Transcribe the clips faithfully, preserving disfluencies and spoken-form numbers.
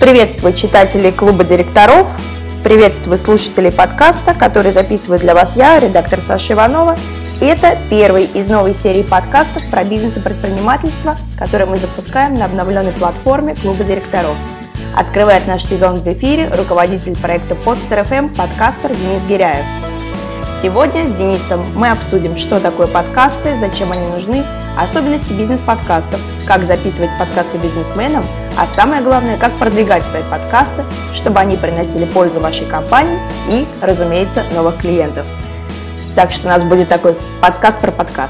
Приветствую читателей клуба директоров, приветствую слушателей подкаста, который записываю для вас я, редактор Саша Иванова. И это первый из новой серии подкастов про бизнес и предпринимательство, который мы запускаем на обновленной платформе клуба директоров. Открывает наш сезон в эфире руководитель проекта Podster эф эм, подкастер Денис Гиряев. Сегодня с Денисом мы обсудим, что такое подкасты, зачем они нужны, особенности бизнес-подкастов, как записывать подкасты бизнесменам, а самое главное, как продвигать свои подкасты, чтобы они приносили пользу вашей компании и, разумеется, новых клиентов. Так что у нас будет такой подкаст про подкаст.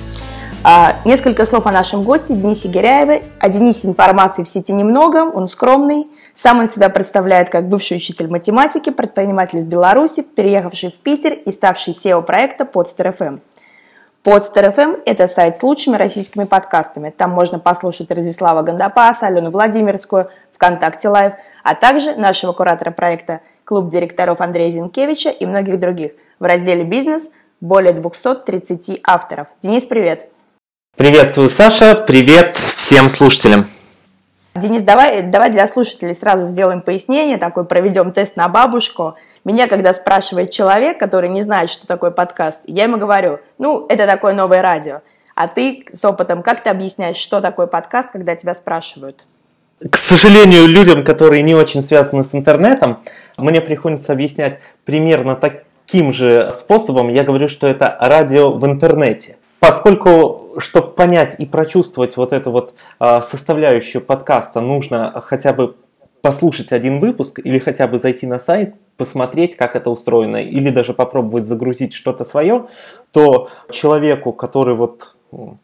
А, несколько слов о нашем госте Денисе Гиряеве. О Денисе информации в сети немного, он скромный. Сам он себя представляет как бывший учитель математики, предприниматель из Беларуси, переехавший в Питер и ставший си и о проекта Podster эф эм. Podster эф эм – это сайт с лучшими российскими подкастами. Там можно послушать Радислава Гандапаса, Алену Владимирскую, ВКонтакте Лайв, а также нашего куратора проекта «Клуб директоров» Андрея Зинкевича и многих других. В разделе «Бизнес» более двести тридцать авторов. Денис, привет! Приветствую, Саша! Привет всем слушателям! Денис, давай, давай для слушателей сразу сделаем пояснение, такой проведем тест на бабушку. Меня, когда спрашивает человек, который не знает, что такое подкаст, я ему говорю, ну, это такое новое радио. А ты с опытом, как ты объясняешь, что такое подкаст, когда тебя спрашивают? К сожалению, людям, которые не очень связаны с интернетом, мне приходится объяснять примерно таким же способом. Я говорю, что это радио в интернете. Поскольку, чтобы понять и прочувствовать вот эту вот э, составляющую подкаста, нужно хотя бы послушать один выпуск или хотя бы зайти на сайт, посмотреть, как это устроено, или даже попробовать загрузить что-то свое, то человеку, который вот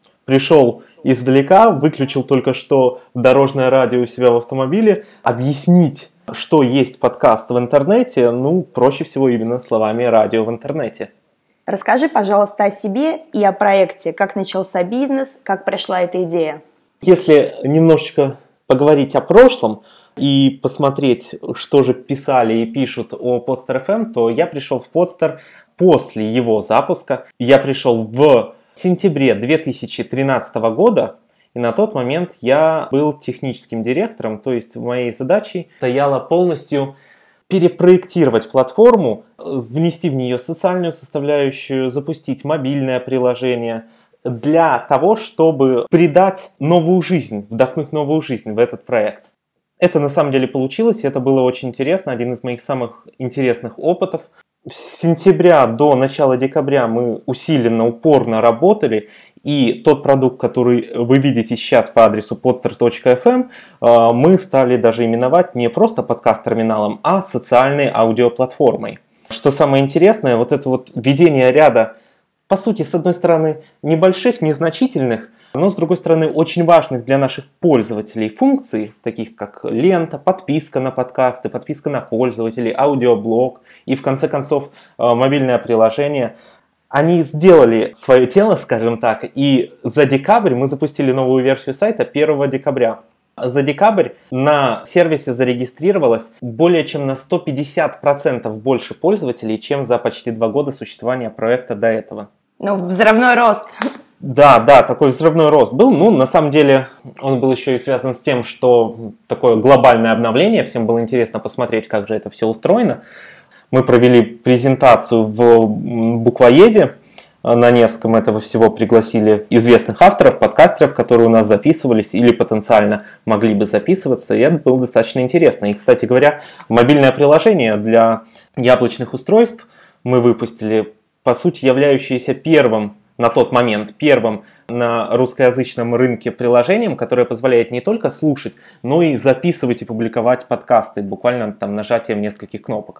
пришел издалека, выключил только что дорожное радио у себя в автомобиле, объяснить, что есть подкаст в интернете, ну, проще всего именно словами радио в интернете. Расскажи, пожалуйста, о себе и о проекте. Как начался бизнес, как пришла эта идея? Если немножечко поговорить о прошлом и посмотреть, что же писали и пишут о Podster эф эм, то я пришел в Podster после его запуска. Я пришел в сентябре две тысячи тринадцатого года, и на тот момент я был техническим директором, то есть моей задачей стояло полностью перепроектировать платформу, внести в нее социальную составляющую, запустить мобильное приложение для того, чтобы придать новую жизнь, вдохнуть новую жизнь в этот проект. Это на самом деле получилось, и это было очень интересно, один из моих самых интересных опытов. С сентября до начала декабря мы усиленно, упорно работали, и тот продукт, который вы видите сейчас по адресу podster точка эф эм, мы стали даже именовать не просто подкаст-терминалом, а социальной аудиоплатформой. Что самое интересное, вот это вот введение ряда, по сути, с одной стороны, небольших, незначительных, но с другой стороны, очень важных для наших пользователей функций, таких как лента, подписка на подкасты, подписка на пользователей, аудиоблог и, в конце концов, мобильное приложение. Они сделали свое дело, скажем так, и за декабрь мы запустили новую версию сайта первого декабря. За декабрь на сервисе зарегистрировалось более чем на сто пятьдесят процентов больше пользователей, чем за почти два года существования проекта до этого. Ну, взрывной рост. Да, да, такой взрывной рост был. Ну, на самом деле, он был еще и связан с тем, что такое глобальное обновление. Всем было интересно посмотреть, как же это все устроено. Мы провели презентацию в Буквоеде на Невском. Этого всего пригласили известных авторов, подкастеров, которые у нас записывались или потенциально могли бы записываться. И это было достаточно интересно. И, кстати говоря, мобильное приложение для яблочных устройств мы выпустили, по сути, являющееся первым на тот момент первым на русскоязычном рынке приложением, которое позволяет не только слушать, но и записывать и публиковать подкасты, буквально там нажатием нескольких кнопок.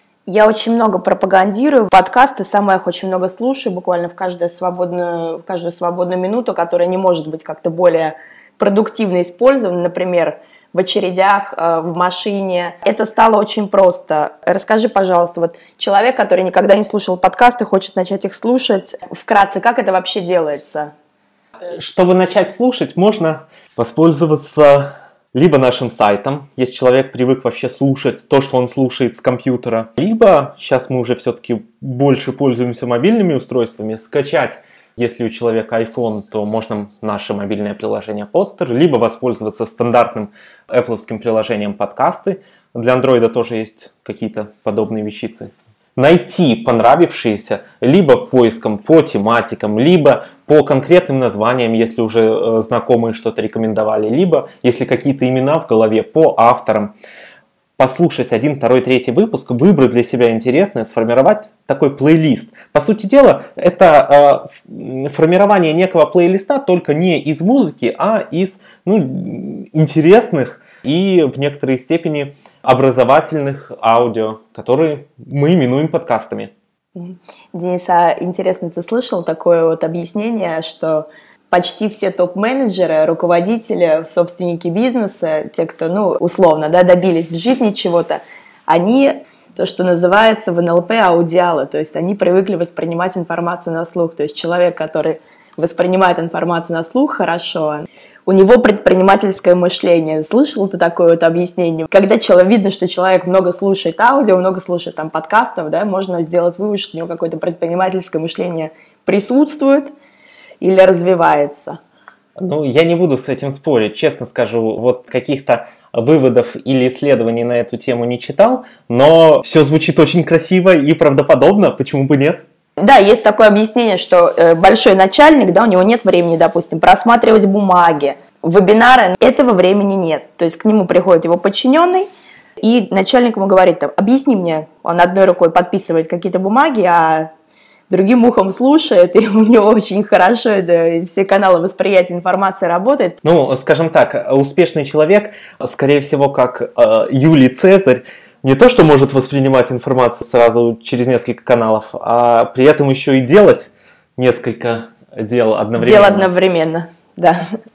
Я очень много пропагандирую подкасты, сама их очень много слушаю, буквально в каждую свободную, в каждую свободную минуту, которая не может быть как-то более продуктивно использована, например, в очередях, в машине. Это стало очень просто. Расскажи, пожалуйста, вот человек, который никогда не слушал подкасты, хочет начать их слушать, вкратце, как это вообще делается? Чтобы начать слушать, можно воспользоваться либо нашим сайтом, если человек привык вообще слушать то, что он слушает с компьютера, либо, сейчас мы уже все-таки больше пользуемся мобильными устройствами, скачать Если у человека iPhone, то можно наше мобильное приложение Podster, либо воспользоваться стандартным Apple'овским приложением подкасты. Для Android тоже есть какие-то подобные вещицы. Найти понравившиеся либо поиском по тематикам, либо по конкретным названиям, если уже э, знакомые что-то рекомендовали, либо если какие-то имена в голове по авторам. Послушать один, второй, третий выпуск, выбрать для себя интересное, сформировать такой плейлист. По сути дела, это э, формирование некого плейлиста, только не из музыки, а из ну, интересных и в некоторой степени образовательных аудио, которые мы именуем подкастами. Денис, а интересно, ты слышал такое вот объяснение, что почти все топ-менеджеры, руководители, собственники бизнеса, те, кто, ну, условно, да, добились в жизни чего-то, они, то, что называется в эн эл пэ аудиалы, то есть они привыкли воспринимать информацию на слух. То есть человек, который воспринимает информацию на слух хорошо, у него предпринимательское мышление. Слышал ты такое вот объяснение? Когда человек, видно, что человек много слушает аудио, много слушает там подкастов, да, можно сделать вывод, что у него какое-то предпринимательское мышление присутствует или развивается. Ну, я не буду с этим спорить, честно скажу, вот каких-то выводов или исследований на эту тему не читал, но все звучит очень красиво и правдоподобно, почему бы нет? Да, есть такое объяснение, что э, большой начальник, да, у него нет времени, допустим, просматривать бумаги, вебинары, этого времени нет. То есть к нему приходит его подчиненный, и начальник ему говорит, там, объясни мне, он одной рукой подписывает какие-то бумаги, а другим ухом слушает, и у него очень хорошо это, все каналы восприятия информации работают. Ну, скажем так, успешный человек, скорее всего, как э, Юлий Цезарь, не то, что может воспринимать информацию сразу через несколько каналов, а при этом еще и делать несколько дел одновременно. Дел одновременно, да.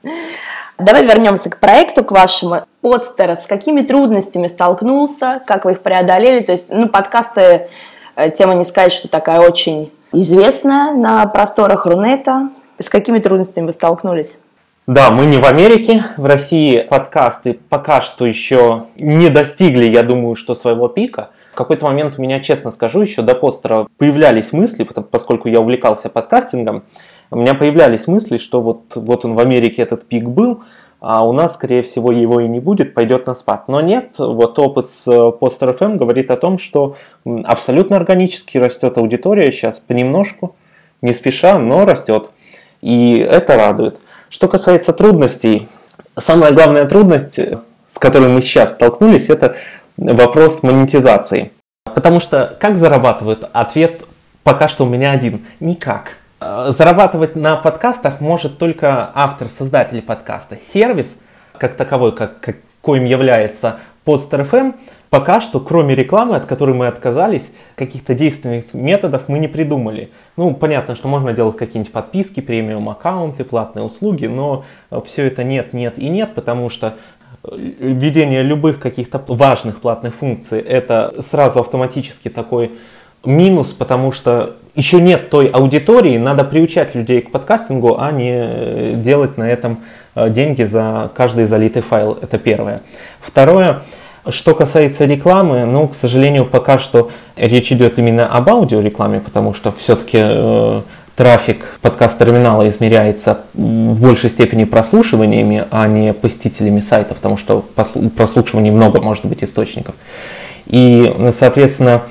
Давай вернемся к проекту, к вашему. Podster, с какими трудностями столкнулся, как вы их преодолели? То есть, ну, подкасты, тема не сказать, что такая очень известная на просторах Рунета. С какими трудностями вы столкнулись? Да, мы не в Америке, в России подкасты пока что еще не достигли, я думаю, что своего пика. В какой-то момент у меня, честно скажу, еще до Podster появлялись мысли, поскольку я увлекался подкастингом, у меня появлялись мысли, что вот, вот он в Америке этот пик был, а у нас, скорее всего, его и не будет, пойдет на спад. Но нет, вот опыт с Podster эф эм говорит о том, что абсолютно органически растет аудитория сейчас понемножку, не спеша, но растет. И это радует. Что касается трудностей, самая главная трудность, с которой мы сейчас столкнулись, это вопрос монетизации. Потому что как зарабатывают? Ответ пока что у меня один. Никак. Зарабатывать на подкастах может только автор, создатель подкаста. Сервис, как таковой, как, каким является Podster эф эм, пока что, кроме рекламы, от которой мы отказались, каких-то действенных методов мы не придумали. Ну, понятно, что можно делать какие-нибудь подписки, премиум-аккаунты, платные услуги, но все это нет, нет и нет, потому что введение любых каких-то важных платных функций – это сразу автоматически такой минус, потому что еще нет той аудитории, надо приучать людей к подкастингу, а не делать на этом деньги за каждый залитый файл. Это первое. Второе. Что касается рекламы, ну, к сожалению, пока что речь идет именно об аудиорекламе, потому что все-таки э, трафик подкаст-терминала измеряется в большей степени прослушиваниями, а не посетителями сайта, потому что прослушиваний много может быть источников. И, соответственно,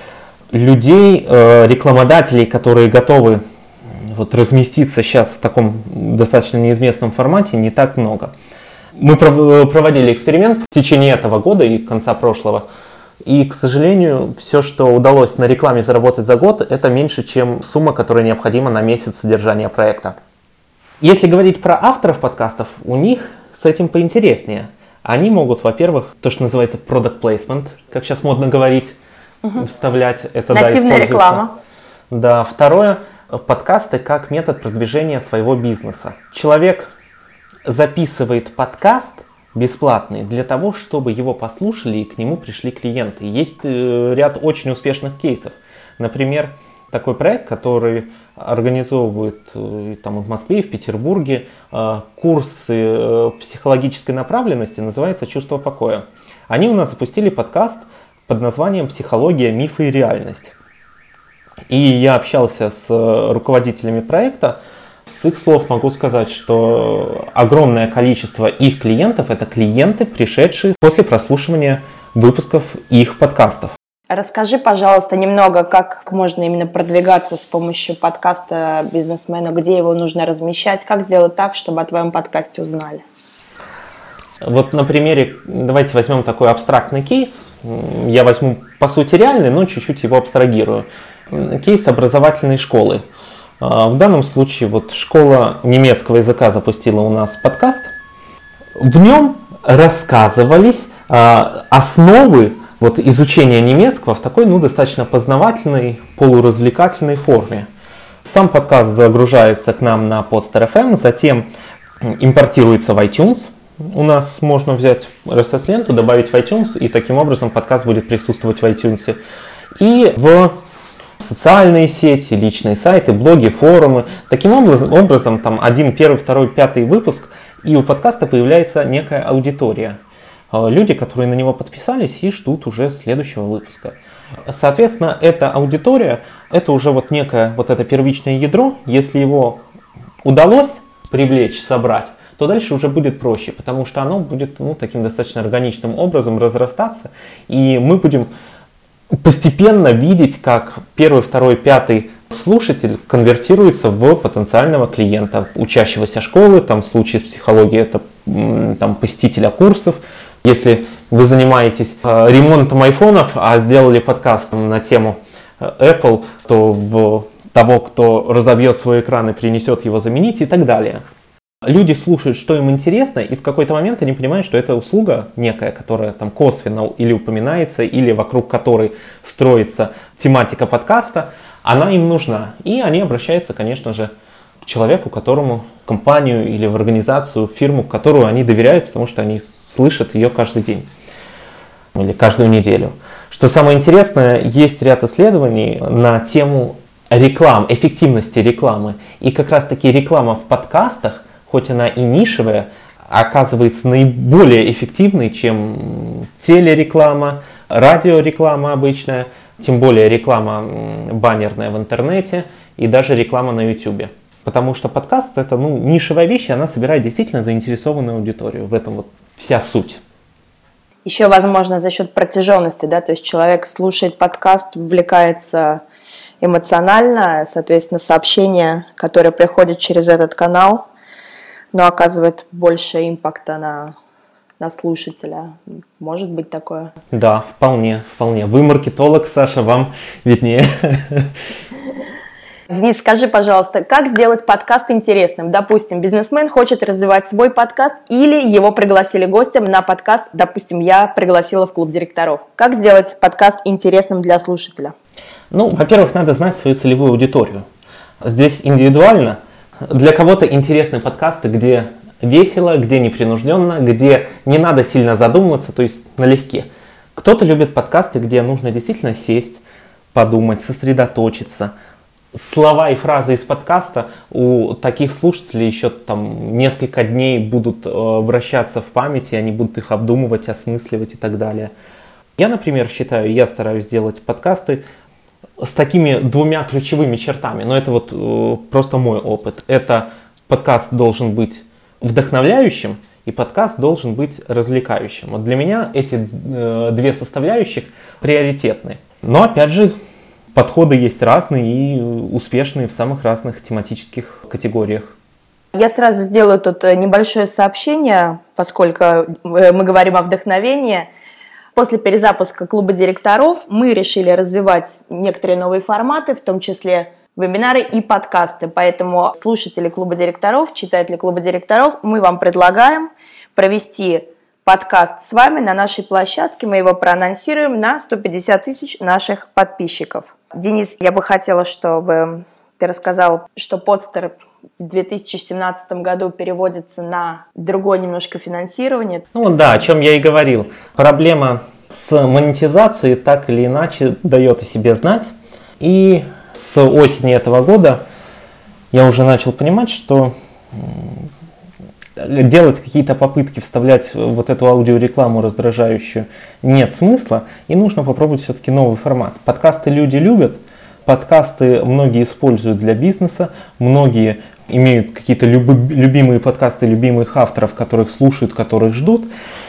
людей, э, рекламодателей, которые готовы вот, разместиться сейчас в таком достаточно неизвестном формате, не так много. Мы проводили эксперимент в течение этого года и конца прошлого, и, к сожалению, все, что удалось на рекламе заработать за год, это меньше, чем сумма, которая необходима на месяц содержания проекта. Если говорить про авторов подкастов, у них с этим поинтереснее. Они могут, во-первых, то, что называется product placement, как сейчас модно говорить, угу. вставлять. Это, нативная да, реклама. Да, второе, подкасты как метод продвижения своего бизнеса. Человек записывает подкаст бесплатный для того, чтобы его послушали и к нему пришли клиенты. Есть э, ряд очень успешных кейсов. Например, такой проект, который организовывает э, там, в Москве и в Петербурге э, курсы э, психологической направленности, называется «Чувство покоя». Они у нас запустили подкаст под названием «Психология, мифы и реальность». И я общался с руководителями проекта. С их слов могу сказать, что огромное количество их клиентов – это клиенты, пришедшие после прослушивания выпусков их подкастов. Расскажи, пожалуйста, немного, как можно именно продвигаться с помощью подкаста бизнесмена, где его нужно размещать, как сделать так, чтобы о твоем подкасте узнали. Вот на примере, давайте возьмем такой абстрактный кейс. Я возьму, по сути, реальный, но чуть-чуть его абстрагирую. Кейс образовательной школы. В данном случае вот школа немецкого языка запустила у нас подкаст. В нем рассказывались основы вот изучения немецкого в такой, ну, достаточно познавательной, полуразвлекательной форме. Сам подкаст загружается к нам на Podster эф эм, затем импортируется в iTunes. У нас можно взять эр эс эс-ленту, добавить в iTunes, и таким образом подкаст будет присутствовать в iTunes. И в социальные сети, личные сайты, блоги, форумы. Таким образом, образом там один, первый, второй, пятый выпуск, и у подкаста появляется некая аудитория. Люди, которые на него подписались и ждут уже следующего выпуска. Соответственно, эта аудитория, это уже вот некое вот это первичное ядро. Если его удалось привлечь, собрать, то дальше уже будет проще, потому что оно будет, ну, таким достаточно органичным образом разрастаться, и мы будем постепенно видеть, как первый, второй, пятый слушатель конвертируется в потенциального клиента, учащегося школы, там в случае с психологией это там, посетителя курсов. Если вы занимаетесь э, ремонтом айфонов, а сделали подкаст на тему Apple, то в того, кто разобьет свой экран и принесет его заменить и так далее. Люди слушают, что им интересно, и в какой-то момент они понимают, что это услуга некая, которая там косвенно или упоминается, или вокруг которой строится тематика подкаста, она им нужна. И они обращаются, конечно же, к человеку, которому, компанию или в организацию, фирму, которую они доверяют, потому что они слышат ее каждый день или каждую неделю. Что самое интересное, есть ряд исследований на тему реклам, эффективности рекламы. И как раз таки реклама в подкастах, хоть она и нишевая, оказывается наиболее эффективной, чем телереклама, радиореклама обычная, тем более реклама баннерная в интернете и даже реклама на YouTube. Потому что подкаст это, ну, нишевая вещь, и она собирает действительно заинтересованную аудиторию. В этом вот вся суть. Еще, возможно, за счет протяженности, да, то есть человек слушает подкаст, вовлекается эмоционально, соответственно, сообщения, которые приходят через этот канал, но оказывает больше импакта на, на слушателя. Может быть такое? Да, вполне, вполне. Вы маркетолог, Саша, вам виднее. Денис, скажи, пожалуйста, как сделать подкаст интересным? Допустим, бизнесмен хочет развивать свой подкаст или его пригласили гостем на подкаст, допустим, я пригласила в клуб директоров. Как сделать подкаст интересным для слушателя? Ну, во-первых, надо знать свою целевую аудиторию. Здесь индивидуально. Для кого-то интересны подкасты, где весело, где непринужденно, где не надо сильно задумываться, то есть налегке. Кто-то любит подкасты, где нужно действительно сесть, подумать, сосредоточиться. Слова и фразы из подкаста у таких слушателей еще там несколько дней будут э, вращаться в памяти, они будут их обдумывать, осмысливать и так далее. Я, например, считаю, я стараюсь делать подкасты с такими двумя ключевыми чертами, но это вот э, просто мой опыт. Это подкаст должен быть вдохновляющим, и подкаст должен быть развлекающим. Вот для меня эти э, две составляющих приоритетны. Но опять же, подходы есть разные и успешные в самых разных тематических категориях. Я сразу сделаю тут небольшое сообщение, поскольку мы говорим о вдохновении. После перезапуска клуба директоров мы решили развивать некоторые новые форматы, в том числе вебинары и подкасты. Поэтому слушатели клуба директоров, читатели клуба директоров, мы вам предлагаем провести подкаст с вами на нашей площадке. Мы его проанонсируем на сто пятьдесят тысяч наших подписчиков. Денис, я бы хотела, чтобы ты рассказал, что Podster в две тысячи семнадцатом году переводится на другое немножко финансирование. Ну да, о чем я и говорил. Проблема с монетизацией так или иначе дает о себе знать. И с осени этого года я уже начал понимать, что делать какие-то попытки вставлять вот эту аудиорекламу раздражающую нет смысла, и нужно попробовать все-таки новый формат. Подкасты люди любят, Подкасты многие используют для бизнеса, многие имеют какие-то люби- любимые подкасты, любимых авторов, которых слушают, которых ждут.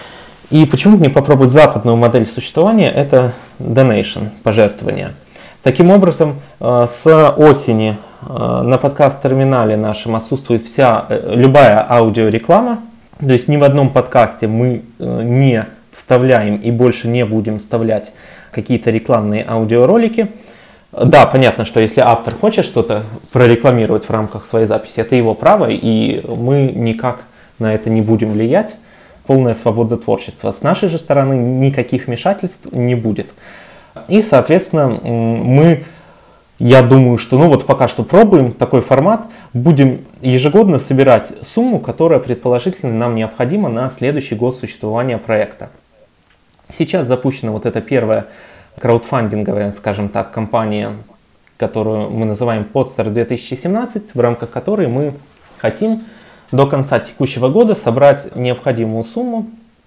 И почему бы не попробовать западную модель существования, это donation, пожертвование. Таким образом, с осени на подкаст-терминале нашем отсутствует вся, любая аудиореклама. То есть ни в одном подкасте мы не вставляем и больше не будем вставлять какие-то рекламные аудиоролики. Да, понятно, что если автор хочет что-то прорекламировать в рамках своей записи, это его право, и мы никак на это не будем влиять. Полная свобода творчества. С нашей же стороны никаких вмешательств не будет. И, соответственно, мы, я думаю, что, ну вот пока что пробуем такой формат, будем ежегодно собирать сумму, которая предположительно нам необходима на следующий год существования проекта. Сейчас запущена вот эта первая краудфандинговая, скажем так, кампания, которую мы называем Podster две тысячи семнадцать, в рамках которой мы хотим до конца текущего года собрать необходимую сумму.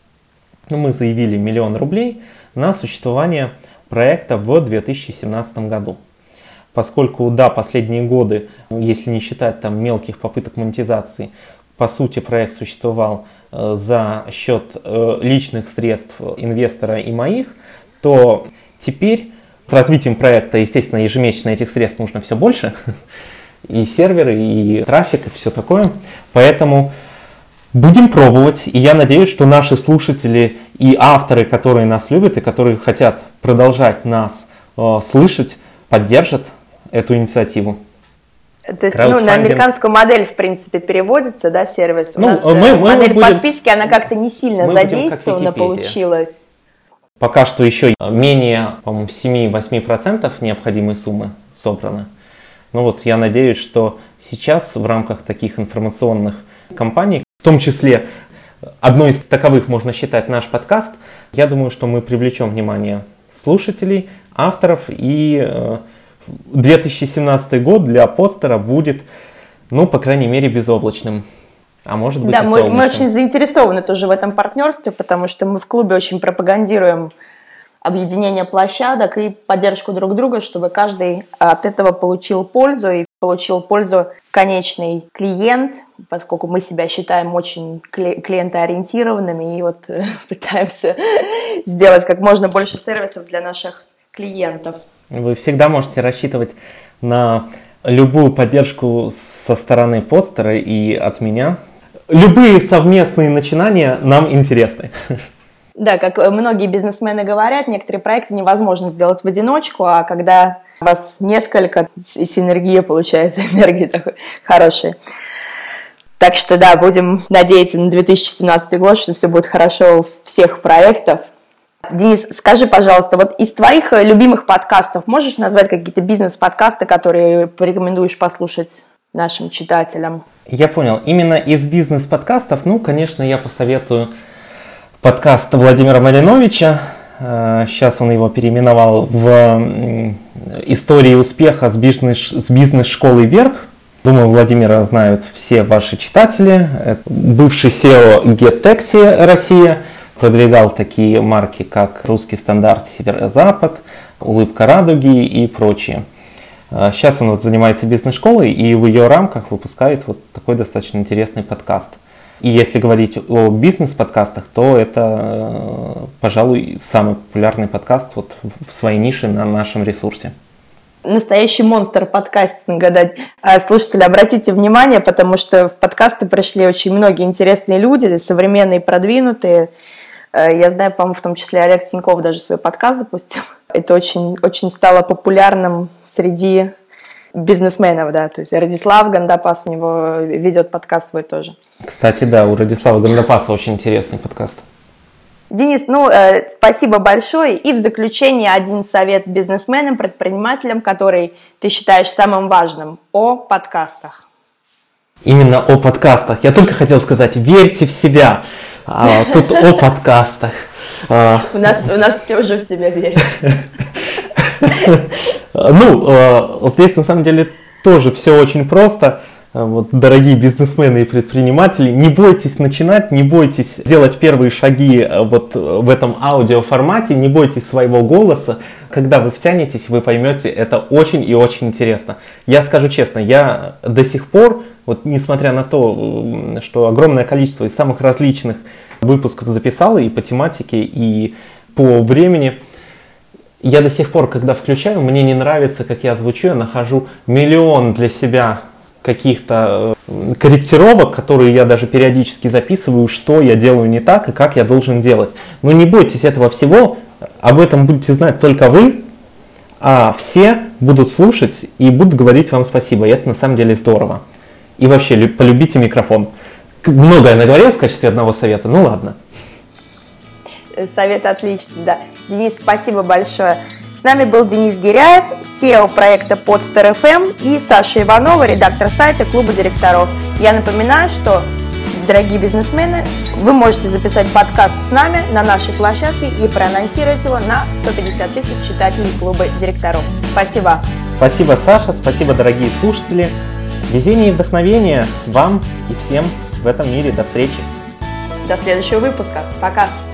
Мы заявили миллион рублей на существование проекта в две тысячи семнадцатом году. Поскольку, да, последние годы, если не считать там мелких попыток монетизации, по сути проект существовал э, за счет э, личных средств инвестора и моих, то теперь с развитием проекта, естественно, ежемесячно этих средств нужно все больше. И серверы, и трафик, и все такое. Поэтому будем пробовать. И я надеюсь, что наши слушатели и авторы, которые нас любят и которые хотят продолжать нас э, слышать, поддержат эту инициативу. То есть ну, на американскую модель, в принципе, переводится, да, сервис? У ну, нас мы, мы модель будем, подписки, она как-то не сильно задействована получилась. Пока что еще менее, по-моему, семь-восемь процентов необходимой суммы собрано. Ну вот я надеюсь, что сейчас в рамках таких информационных кампаний, в том числе одной из таковых можно считать наш подкаст, я думаю, что мы привлечем внимание слушателей, авторов, и две тысячи семнадцатый год для Podster будет, ну, по крайней мере, безоблачным. А может быть, да, и мы, солнечным. мы очень заинтересованы тоже в этом партнерстве, потому что мы в клубе очень пропагандируем объединение площадок и поддержку друг друга, чтобы каждый от этого получил пользу, и получил пользу конечный клиент, поскольку мы себя считаем очень клиентоориентированными и вот пытаемся сделать как можно больше сервисов для наших клиентов. Вы всегда можете рассчитывать на любую поддержку со стороны Podster и от меня. Любые совместные начинания нам интересны. Да, как многие бизнесмены говорят, некоторые проекты невозможно сделать в одиночку, а когда у вас несколько, синергия получается, энергия такой хорошая. Так что да, будем надеяться на две тысячи семнадцатый год, что все будет хорошо у всех проектов. Денис, скажи, пожалуйста, вот из твоих любимых подкастов можешь назвать какие-то бизнес-подкасты, которые порекомендуешь послушать нашим читателям? Я понял. Именно из бизнес-подкастов, ну, конечно, я посоветую подкаст Владимира Малиновича. Сейчас он его переименовал в «Истории успеха с бизнес, с бизнес-школой вверх». Думаю, Владимира знают все ваши читатели. Это бывший си и о GetTaxi Россия. Продвигал такие марки, как «Русский стандарт Северо-Запад», «Улыбка радуги» и прочие. Сейчас он вот занимается бизнес-школой и в ее рамках выпускает вот такой достаточно интересный подкаст. И если говорить о бизнес-подкастах, то это, пожалуй, самый популярный подкаст вот в своей нише на нашем ресурсе. Настоящий монстр подкастинга. Да. Слушатели, обратите внимание, потому что в подкасты пришли очень многие интересные люди, современные, продвинутые. Я знаю, по-моему, в том числе Олег Тиньков даже свой подкаст запустил. Это очень, очень стало популярным среди бизнесменов, да. То есть Радислав Гандапас у него ведет подкаст свой тоже. Кстати, да, у Радислава Гандапаса очень интересный подкаст. Денис, ну, э, спасибо большое. И в заключение один совет бизнесменам, предпринимателям, который ты считаешь самым важным о подкастах. Именно о подкастах. Я только хотел сказать, верьте в себя. А, тут о подкастах. А... У нас, у нас все уже в себя верят. Ну, здесь на самом деле тоже все очень просто. Вот, дорогие бизнесмены и предприниматели, не бойтесь начинать, не бойтесь делать первые шаги вот в этом аудиоформате, не бойтесь своего голоса. Когда вы втянетесь, вы поймете, это очень и очень интересно. Я скажу честно, я до сих пор, вот несмотря на то, что огромное количество из самых различных выпусков записал и по тематике, и по времени, я до сих пор, когда включаю, мне не нравится, как я звучу, я нахожу миллион для себя каких-то корректировок, которые я даже периодически записываю, что я делаю не так и как я должен делать. Но не бойтесь этого всего, об этом будете знать только вы, а все будут слушать и будут говорить вам спасибо. И это на самом деле здорово. И вообще, полюбите микрофон. Многое наговорил в качестве одного совета, ну ладно. Совет отличный, да. Денис, спасибо большое. С нами был Денис Гиряев, си и о проекта Podster эф эм, и Саша Иванова, редактор сайта Клуба директоров. Я напоминаю, что, дорогие бизнесмены, вы можете записать подкаст с нами на нашей площадке и проанонсировать его на сто пятьдесят тысяч читателей Клуба директоров. Спасибо. Спасибо, Саша, спасибо, дорогие слушатели. Везения и вдохновения вам и всем в этом мире. До встречи. До следующего выпуска. Пока.